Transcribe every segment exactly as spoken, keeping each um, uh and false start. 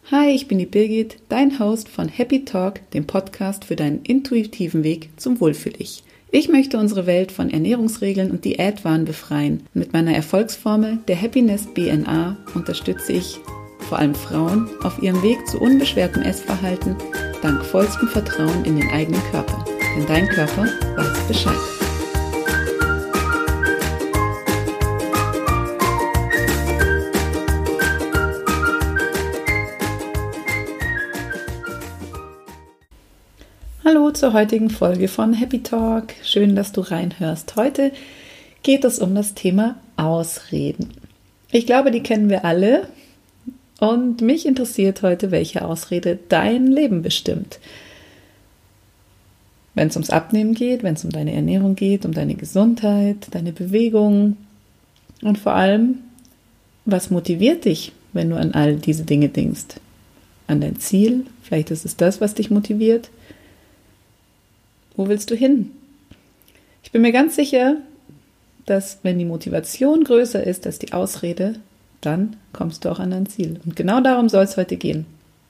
Hi, ich bin die Birgit, dein Host von Happy Talk, dem Podcast für deinen intuitiven Weg zum Wohlfühl-Ich. Ich möchte unsere Welt von Ernährungsregeln und Diätwahn befreien. Mit meiner Erfolgsformel, der Happiness B N A, unterstütze ich vor allem Frauen auf ihrem Weg zu unbeschwertem Essverhalten, dank vollstem Vertrauen in den eigenen Körper. Denn dein Körper weiß Bescheid. Hallo zur heutigen Folge von Happy Talk. Schön, dass du reinhörst. Heute geht es um das Thema Ausreden. Ich glaube, die kennen wir alle und mich interessiert heute, welche Ausrede dein Leben bestimmt. Wenn es ums Abnehmen geht, wenn es um deine Ernährung geht, um deine Gesundheit, deine Bewegung und vor allem, was motiviert dich, wenn du an all diese Dinge denkst? An dein Ziel? Vielleicht ist es das, was dich motiviert. Wo willst du hin? Ich bin mir ganz sicher, dass wenn die Motivation größer ist als die Ausrede, dann kommst du auch an dein Ziel. Und genau darum soll es heute gehen.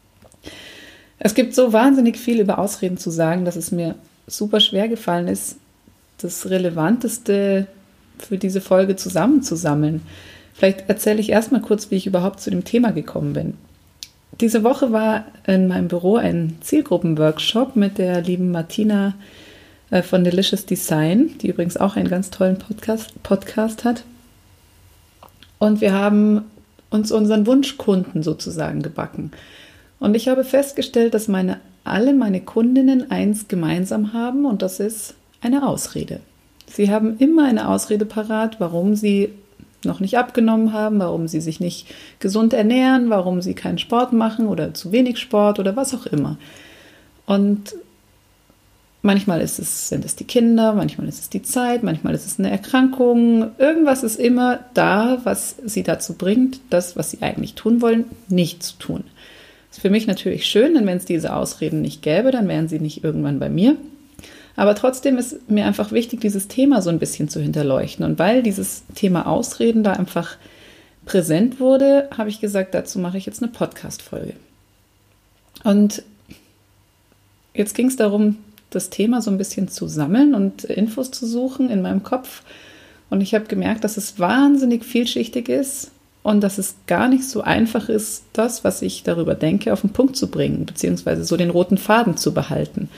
Es gibt so wahnsinnig viel über Ausreden zu sagen, dass es mir super schwer gefallen ist, das Relevanteste für diese Folge zusammenzusammeln. Vielleicht erzähle ich erstmal kurz, wie ich überhaupt zu dem Thema gekommen bin. Diese Woche war in meinem Büro ein Zielgruppenworkshop mit der lieben Martina von Delicious Design, die übrigens auch einen ganz tollen Podcast, Podcast hat. Und wir haben uns unseren Wunschkunden sozusagen gebacken. Und ich habe festgestellt, dass meine, alle meine Kundinnen eins gemeinsam haben und das ist eine Ausrede. Sie haben immer eine Ausrede parat, warum sie noch nicht abgenommen haben, warum sie sich nicht gesund ernähren, warum sie keinen Sport machen oder zu wenig Sport oder was auch immer. Und manchmal ist es, sind es die Kinder, manchmal ist es die Zeit, manchmal ist es eine Erkrankung. Irgendwas ist immer da, was sie dazu bringt, das, was sie eigentlich tun wollen, nicht zu tun. Das ist für mich natürlich schön, denn wenn es diese Ausreden nicht gäbe, dann wären sie nicht irgendwann bei mir. Aber trotzdem ist mir einfach wichtig, dieses Thema so ein bisschen zu hinterleuchten. Und weil dieses Thema Ausreden da einfach präsent wurde, habe ich gesagt, dazu mache ich jetzt eine Podcast-Folge. Und jetzt ging es darum, das Thema so ein bisschen zu sammeln und Infos zu suchen in meinem Kopf. Und ich habe gemerkt, dass es wahnsinnig vielschichtig ist und dass es gar nicht so einfach ist, das, was ich darüber denke, auf den Punkt zu bringen, beziehungsweise so den roten Faden zu behalten.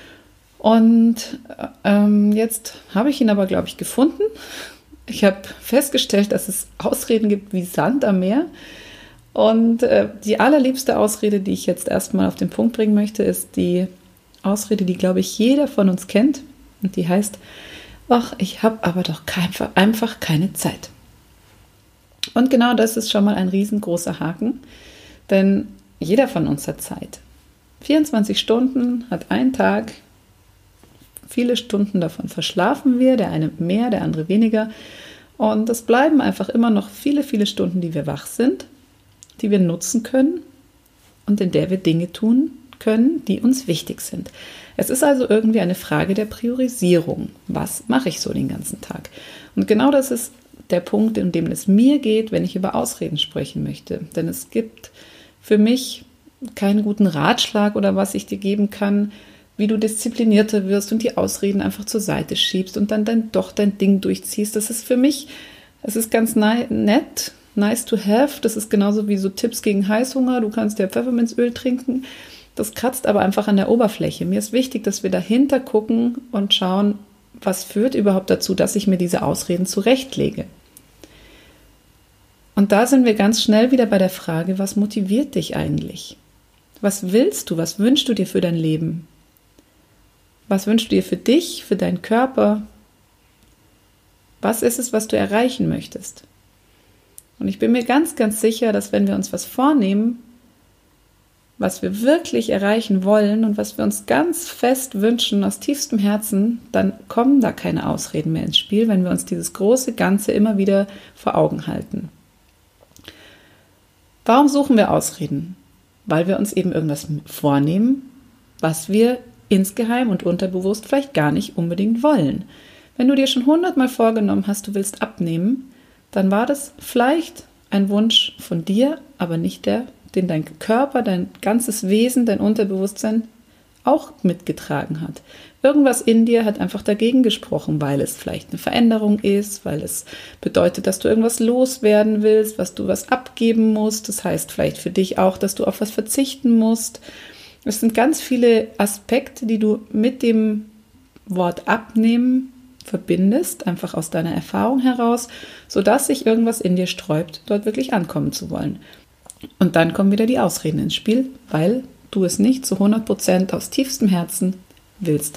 Und ähm, jetzt habe ich ihn aber, glaube ich, gefunden. Ich habe festgestellt, dass es Ausreden gibt wie Sand am Meer. Und äh, die allerliebste Ausrede, die ich jetzt erstmal auf den Punkt bringen möchte, ist die Ausrede, die, glaube ich, jeder von uns kennt. Und die heißt, ach, ich habe aber doch kein, einfach keine Zeit. Und genau das ist schon mal ein riesengroßer Haken, denn jeder von uns hat Zeit. vierundzwanzig Stunden hat ein Tag. Viele Stunden davon verschlafen wir, der eine mehr, der andere weniger. Und es bleiben einfach immer noch viele, viele Stunden, die wir wach sind, die wir nutzen können und in der wir Dinge tun können, die uns wichtig sind. Es ist also irgendwie eine Frage der Priorisierung. Was mache ich so den ganzen Tag? Und genau das ist der Punkt, in dem es mir geht, wenn ich über Ausreden sprechen möchte. Denn es gibt für mich keinen guten Ratschlag oder was ich dir geben kann, wie du disziplinierter wirst und die Ausreden einfach zur Seite schiebst und dann, dann doch dein Ding durchziehst. Das ist für mich, es ist ganz nett, nice to have. Das ist genauso wie so Tipps gegen Heißhunger. Du kannst ja Pfefferminzöl trinken. Das kratzt aber einfach an der Oberfläche. Mir ist wichtig, dass wir dahinter gucken und schauen, was führt überhaupt dazu, dass ich mir diese Ausreden zurechtlege. Und da sind wir ganz schnell wieder bei der Frage, was motiviert dich eigentlich? Was willst du, was wünschst du dir für dein Leben? Was wünschst du dir für dich, für deinen Körper? Was ist es, was du erreichen möchtest? Und ich bin mir ganz, ganz sicher, dass wenn wir uns was vornehmen, was wir wirklich erreichen wollen und was wir uns ganz fest wünschen aus tiefstem Herzen, dann kommen da keine Ausreden mehr ins Spiel, wenn wir uns dieses große Ganze immer wieder vor Augen halten. Warum suchen wir Ausreden? Weil wir uns eben irgendwas vornehmen, was wir insgeheim und unterbewusst vielleicht gar nicht unbedingt wollen. Wenn du dir schon hundertmal vorgenommen hast, du willst abnehmen, dann war das vielleicht ein Wunsch von dir, aber nicht der den dein Körper, dein ganzes Wesen, dein Unterbewusstsein auch mitgetragen hat. Irgendwas in dir hat einfach dagegen gesprochen, weil es vielleicht eine Veränderung ist, weil es bedeutet, dass du irgendwas loswerden willst, was du was abgeben musst. Das heißt vielleicht für dich auch, dass du auf was verzichten musst. Es sind ganz viele Aspekte, die du mit dem Wort abnehmen verbindest, einfach aus deiner Erfahrung heraus, sodass sich irgendwas in dir sträubt, dort wirklich ankommen zu wollen. Und dann kommen wieder die Ausreden ins Spiel, weil du es nicht zu hundert Prozent aus tiefstem Herzen willst.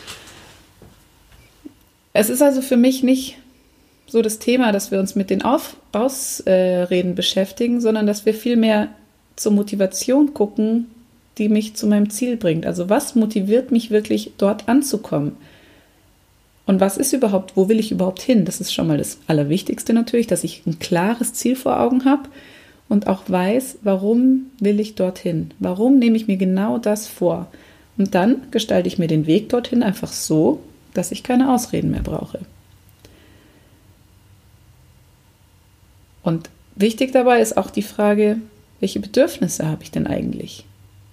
Es ist also für mich nicht so das Thema, dass wir uns mit den Auf- Ausreden äh, beschäftigen, sondern dass wir vielmehr zur Motivation gucken, die mich zu meinem Ziel bringt. Also was motiviert mich wirklich, dort anzukommen? Und was ist überhaupt, wo will ich überhaupt hin? Das ist schon mal das Allerwichtigste natürlich, dass ich ein klares Ziel vor Augen habe und auch weiß, warum will ich dorthin? Warum nehme ich mir genau das vor? Und dann gestalte ich mir den Weg dorthin einfach so, dass ich keine Ausreden mehr brauche. Und wichtig dabei ist auch die Frage, welche Bedürfnisse habe ich denn eigentlich?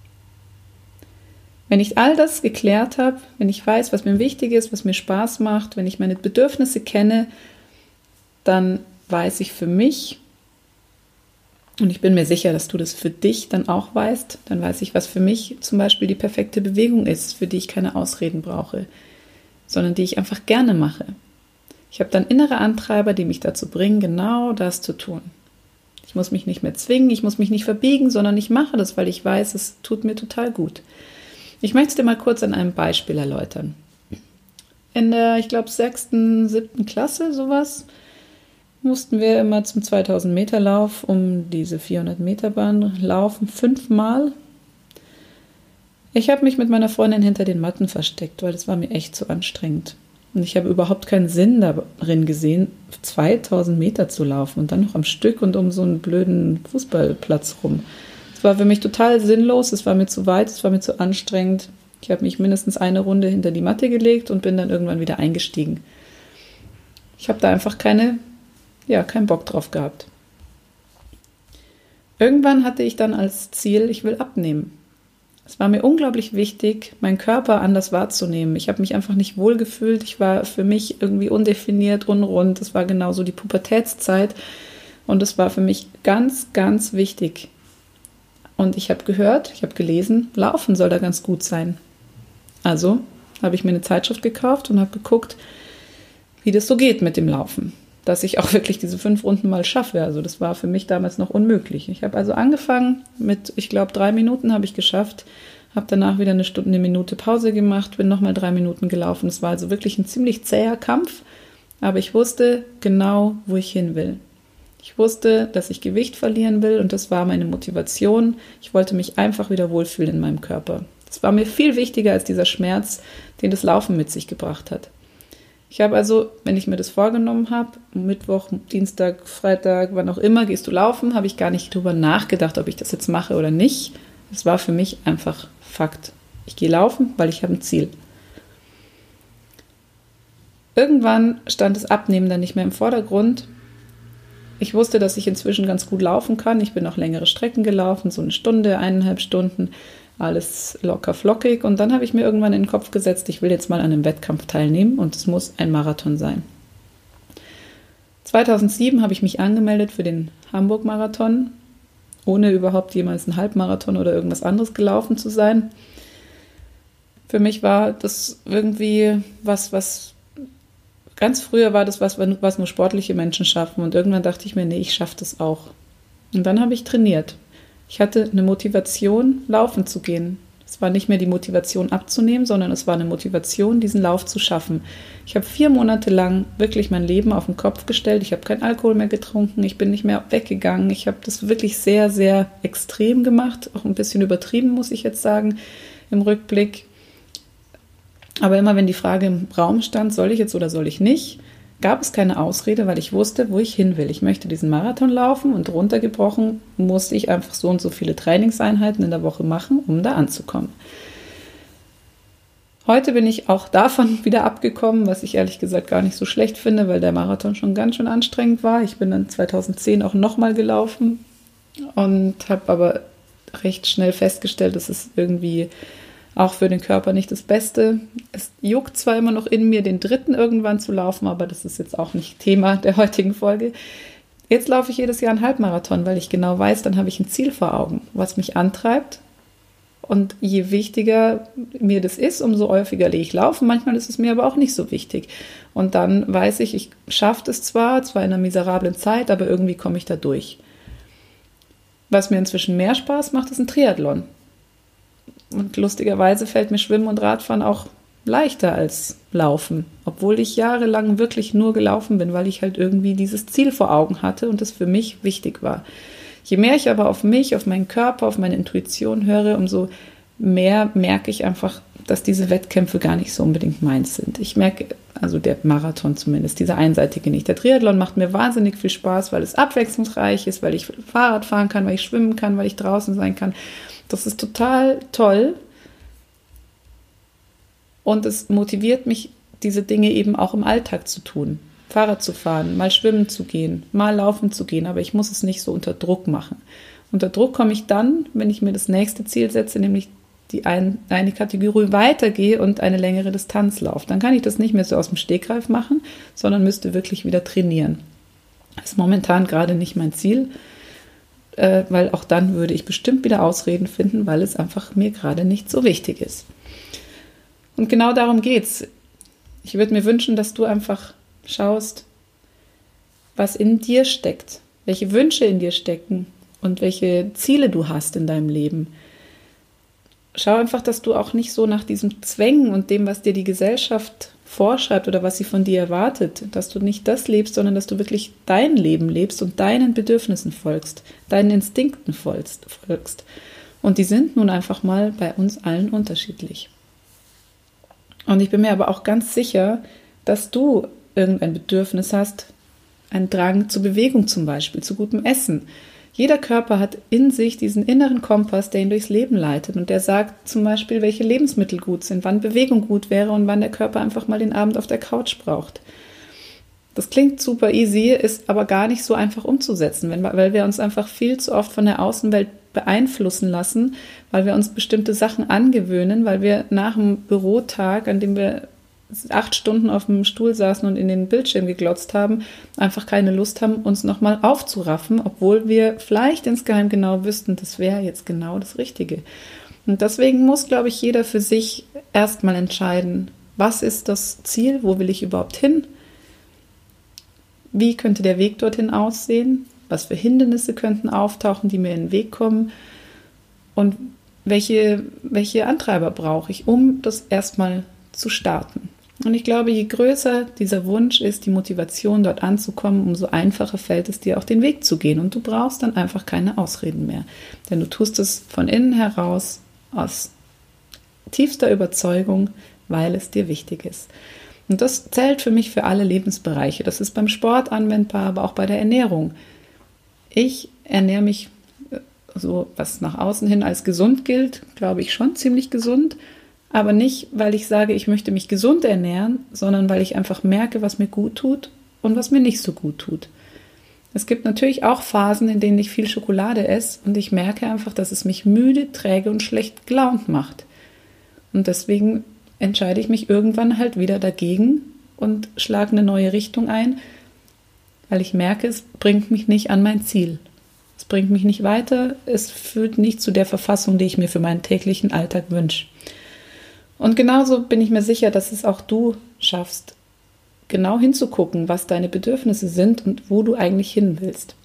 Wenn ich all das geklärt habe, wenn ich weiß, was mir wichtig ist, was mir Spaß macht, wenn ich meine Bedürfnisse kenne, dann weiß ich für mich, und ich bin mir sicher, dass du das für dich dann auch weißt, dann weiß ich, was für mich zum Beispiel die perfekte Bewegung ist, für die ich keine Ausreden brauche, sondern die ich einfach gerne mache. Ich habe dann innere Antreiber, die mich dazu bringen, genau das zu tun. Ich muss mich nicht mehr zwingen, ich muss mich nicht verbiegen, sondern ich mache das, weil ich weiß, es tut mir total gut. Ich möchte es dir mal kurz an einem Beispiel erläutern. In der, ich glaube, sechsten, siebten Klasse, sowas, mussten wir immer zum zweitausend Meter Lauf um diese vierhundert Meter Bahn laufen, fünfmal. Ich habe mich mit meiner Freundin hinter den Matten versteckt, weil das war mir echt zu anstrengend. Und ich habe überhaupt keinen Sinn darin gesehen, zweitausend Meter zu laufen und dann noch am Stück und um so einen blöden Fußballplatz rum. Es war für mich total sinnlos, es war mir zu weit, es war mir zu anstrengend. Ich habe mich mindestens eine Runde hinter die Matte gelegt und bin dann irgendwann wieder eingestiegen. Ich habe da einfach keine, ja, keinen Bock drauf gehabt. Irgendwann hatte ich dann als Ziel, ich will abnehmen. Es war mir unglaublich wichtig, meinen Körper anders wahrzunehmen. Ich habe mich einfach nicht wohl gefühlt. Ich war für mich irgendwie undefiniert, unrund. Es war genauso die Pubertätszeit. Und es war für mich ganz, ganz wichtig. Und ich habe gehört, ich habe gelesen, Laufen soll da ganz gut sein. Also habe ich mir eine Zeitschrift gekauft und habe geguckt, wie das so geht mit dem Laufen. Dass ich auch wirklich diese fünf Runden mal schaffe. Also das war für mich damals noch unmöglich. Ich habe also angefangen mit, ich glaube, drei Minuten habe ich geschafft, habe danach wieder eine Stunde, eine Minute Pause gemacht, bin nochmal drei Minuten gelaufen. Es war also wirklich ein ziemlich zäher Kampf, aber ich wusste genau, wo ich hin will. Ich wusste, dass ich Gewicht verlieren will und das war meine Motivation. Ich wollte mich einfach wieder wohlfühlen in meinem Körper. Das war mir viel wichtiger als dieser Schmerz, den das Laufen mit sich gebracht hat. Ich habe also, wenn ich mir das vorgenommen habe, Mittwoch, Dienstag, Freitag, wann auch immer, gehst du laufen, habe ich gar nicht drüber nachgedacht, ob ich das jetzt mache oder nicht. Es war für mich einfach Fakt. Ich gehe laufen, weil ich habe ein Ziel. Irgendwann stand das Abnehmen dann nicht mehr im Vordergrund. Ich wusste, dass ich inzwischen ganz gut laufen kann. Ich bin auch längere Strecken gelaufen, so eine Stunde, eineinhalb Stunden. Alles locker flockig und dann habe ich mir irgendwann in den Kopf gesetzt, ich will jetzt mal an einem Wettkampf teilnehmen und es muss ein Marathon sein. zweitausendsieben habe ich mich angemeldet für den Hamburg-Marathon, ohne überhaupt jemals einen Halbmarathon oder irgendwas anderes gelaufen zu sein. Für mich war das irgendwie was, was ganz früher war das was, was nur sportliche Menschen schaffen und irgendwann dachte ich mir, nee, ich schaffe das auch. Und dann habe ich trainiert. Ich hatte eine Motivation, laufen zu gehen. Es war nicht mehr die Motivation abzunehmen, sondern es war eine Motivation, diesen Lauf zu schaffen. Ich habe vier Monate lang wirklich mein Leben auf den Kopf gestellt. Ich habe keinen Alkohol mehr getrunken. Ich bin nicht mehr weggegangen. Ich habe das wirklich sehr, sehr extrem gemacht. Auch ein bisschen übertrieben, muss ich jetzt sagen, im Rückblick. Aber immer wenn die Frage im Raum stand, soll ich jetzt oder soll ich nicht, gab es keine Ausrede, weil ich wusste, wo ich hin will. Ich möchte diesen Marathon laufen und runtergebrochen musste ich einfach so und so viele Trainingseinheiten in der Woche machen, um da anzukommen. Heute bin ich auch davon wieder abgekommen, was ich ehrlich gesagt gar nicht so schlecht finde, weil der Marathon schon ganz schön anstrengend war. Ich bin dann zweitausendzehn auch nochmal gelaufen und habe aber recht schnell festgestellt, das ist irgendwie auch für den Körper nicht das Beste. Es juckt zwar immer noch in mir, den dritten irgendwann zu laufen, aber das ist jetzt auch nicht Thema der heutigen Folge. Jetzt laufe ich jedes Jahr einen Halbmarathon, weil ich genau weiß, dann habe ich ein Ziel vor Augen, was mich antreibt. Und je wichtiger mir das ist, umso häufiger lege ich laufen. Manchmal ist es mir aber auch nicht so wichtig. Und dann weiß ich, ich schaffe es zwar, zwar in einer miserablen Zeit, aber irgendwie komme ich da durch. Was mir inzwischen mehr Spaß macht, ist ein Triathlon. Und lustigerweise fällt mir Schwimmen und Radfahren auch leichter als Laufen, obwohl ich jahrelang wirklich nur gelaufen bin, weil ich halt irgendwie dieses Ziel vor Augen hatte und das für mich wichtig war. Je mehr ich aber auf mich, auf meinen Körper, auf meine Intuition höre, umso mehr merke ich einfach, dass diese Wettkämpfe gar nicht so unbedingt meins sind. Ich merke, also der Marathon zumindest, dieser einseitige nicht. Der Triathlon macht mir wahnsinnig viel Spaß, weil es abwechslungsreich ist, weil ich Fahrrad fahren kann, weil ich schwimmen kann, weil ich draußen sein kann. Das ist total toll und es motiviert mich, diese Dinge eben auch im Alltag zu tun. Fahrrad zu fahren, mal schwimmen zu gehen, mal laufen zu gehen, aber ich muss es nicht so unter Druck machen. Unter Druck komme ich dann, wenn ich mir das nächste Ziel setze, nämlich die ein, eine Kategorie weitergehe und eine längere Distanz laufe. Dann kann ich das nicht mehr so aus dem Stegreif machen, sondern müsste wirklich wieder trainieren. Das ist momentan gerade nicht mein Ziel, äh, weil auch dann würde ich bestimmt wieder Ausreden finden, weil es einfach mir gerade nicht so wichtig ist. Und genau darum geht's. Ich würde mir wünschen, dass du einfach schaust, was in dir steckt, welche Wünsche in dir stecken und welche Ziele du hast in deinem Leben. Schau einfach, dass du auch nicht so nach diesem Zwängen und dem, was dir die Gesellschaft vorschreibt oder was sie von dir erwartet, dass du nicht das lebst, sondern dass du wirklich dein Leben lebst und deinen Bedürfnissen folgst, deinen Instinkten folgst. Und die sind nun einfach mal bei uns allen unterschiedlich. Und ich bin mir aber auch ganz sicher, dass du irgendein Bedürfnis hast, einen Drang zur Bewegung zum Beispiel, zu gutem Essen. Jeder Körper hat in sich diesen inneren Kompass, der ihn durchs Leben leitet und der sagt zum Beispiel, welche Lebensmittel gut sind, wann Bewegung gut wäre und wann der Körper einfach mal den Abend auf der Couch braucht. Das klingt super easy, ist aber gar nicht so einfach umzusetzen, weil wir uns einfach viel zu oft von der Außenwelt beeinflussen lassen, weil wir uns bestimmte Sachen angewöhnen, weil wir nach einem Bürotag, an dem wir acht Stunden auf dem Stuhl saßen und in den Bildschirm geglotzt haben, einfach keine Lust haben, uns nochmal aufzuraffen, obwohl wir vielleicht insgeheim genau wüssten, das wäre jetzt genau das Richtige. Und deswegen muss, glaube ich, jeder für sich erstmal entscheiden, was ist das Ziel, wo will ich überhaupt hin, wie könnte der Weg dorthin aussehen, was für Hindernisse könnten auftauchen, die mir in den Weg kommen und welche, welche Antreiber brauche ich, um das erstmal zu starten. Und ich glaube, je größer dieser Wunsch ist, die Motivation dort anzukommen, umso einfacher fällt es dir auch den Weg zu gehen. Und du brauchst dann einfach keine Ausreden mehr. Denn du tust es von innen heraus aus tiefster Überzeugung, weil es dir wichtig ist. Und das zählt für mich für alle Lebensbereiche. Das ist beim Sport anwendbar, aber auch bei der Ernährung. Ich ernähre mich so, was nach außen hin als gesund gilt, glaube ich schon ziemlich gesund. Aber nicht, weil ich sage, ich möchte mich gesund ernähren, sondern weil ich einfach merke, was mir gut tut und was mir nicht so gut tut. Es gibt natürlich auch Phasen, in denen ich viel Schokolade esse und ich merke einfach, dass es mich müde, träge und schlecht gelaunt macht. Und deswegen entscheide ich mich irgendwann halt wieder dagegen und schlage eine neue Richtung ein, weil ich merke, es bringt mich nicht an mein Ziel. Es bringt mich nicht weiter, es führt nicht zu der Verfassung, die ich mir für meinen täglichen Alltag wünsche. Und genauso bin ich mir sicher, dass es auch du schaffst, genau hinzugucken, was deine Bedürfnisse sind und wo du eigentlich hin willst.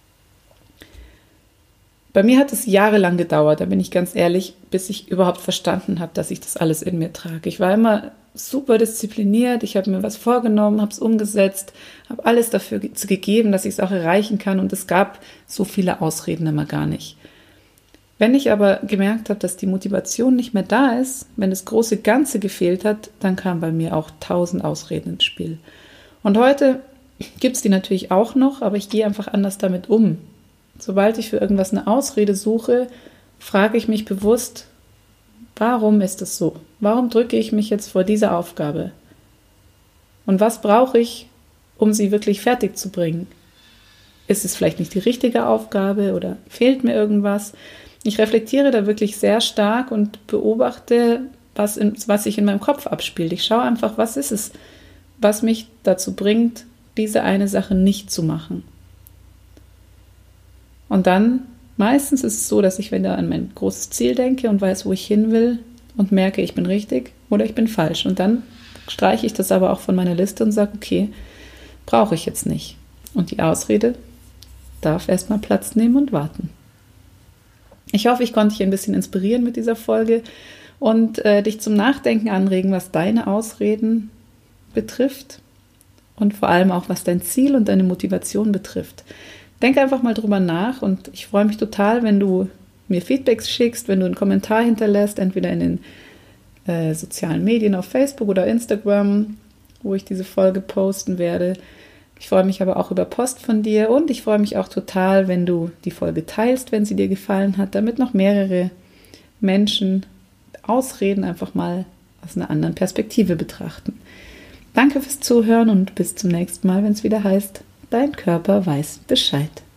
Bei mir hat es jahrelang gedauert, da bin ich ganz ehrlich, bis ich überhaupt verstanden habe, dass ich das alles in mir trage. Ich war immer super diszipliniert, ich habe mir was vorgenommen, habe es umgesetzt, habe alles dafür gegeben, dass ich es auch erreichen kann und es gab so viele Ausreden immer gar nicht. Wenn ich aber gemerkt habe, dass die Motivation nicht mehr da ist, wenn das große Ganze gefehlt hat, dann kamen bei mir auch tausend Ausreden ins Spiel. Und heute gibt es die natürlich auch noch, aber ich gehe einfach anders damit um. Sobald ich für irgendwas eine Ausrede suche, frage ich mich bewusst, warum ist es so? Warum drücke ich mich jetzt vor dieser Aufgabe? Und was brauche ich, um sie wirklich fertig zu bringen? Ist es vielleicht nicht die richtige Aufgabe oder fehlt mir irgendwas? Ich reflektiere da wirklich sehr stark und beobachte, was, in, was sich in meinem Kopf abspielt. Ich schaue einfach, was ist es, was mich dazu bringt, diese eine Sache nicht zu machen. Und dann, meistens ist es so, dass ich wieder an mein großes Ziel denke und weiß, wo ich hin will und merke, ich bin richtig oder ich bin falsch. Und dann streiche ich das aber auch von meiner Liste und sage, okay, brauche ich jetzt nicht. Und die Ausrede darf erstmal Platz nehmen und warten. Ich hoffe, ich konnte dich ein bisschen inspirieren mit dieser Folge und äh, dich zum Nachdenken anregen, was deine Ausreden betrifft und vor allem auch, was dein Ziel und deine Motivation betrifft. Denk einfach mal drüber nach und ich freue mich total, wenn du mir Feedbacks schickst, wenn du einen Kommentar hinterlässt, entweder in den äh, sozialen Medien auf Facebook oder Instagram, wo ich diese Folge posten werde. Ich freue mich aber auch über Post von dir und ich freue mich auch total, wenn du die Folge teilst, wenn sie dir gefallen hat, damit noch mehrere Menschen Ausreden einfach mal aus einer anderen Perspektive betrachten. Danke fürs Zuhören und bis zum nächsten Mal, wenn es wieder heißt, dein Körper weiß Bescheid.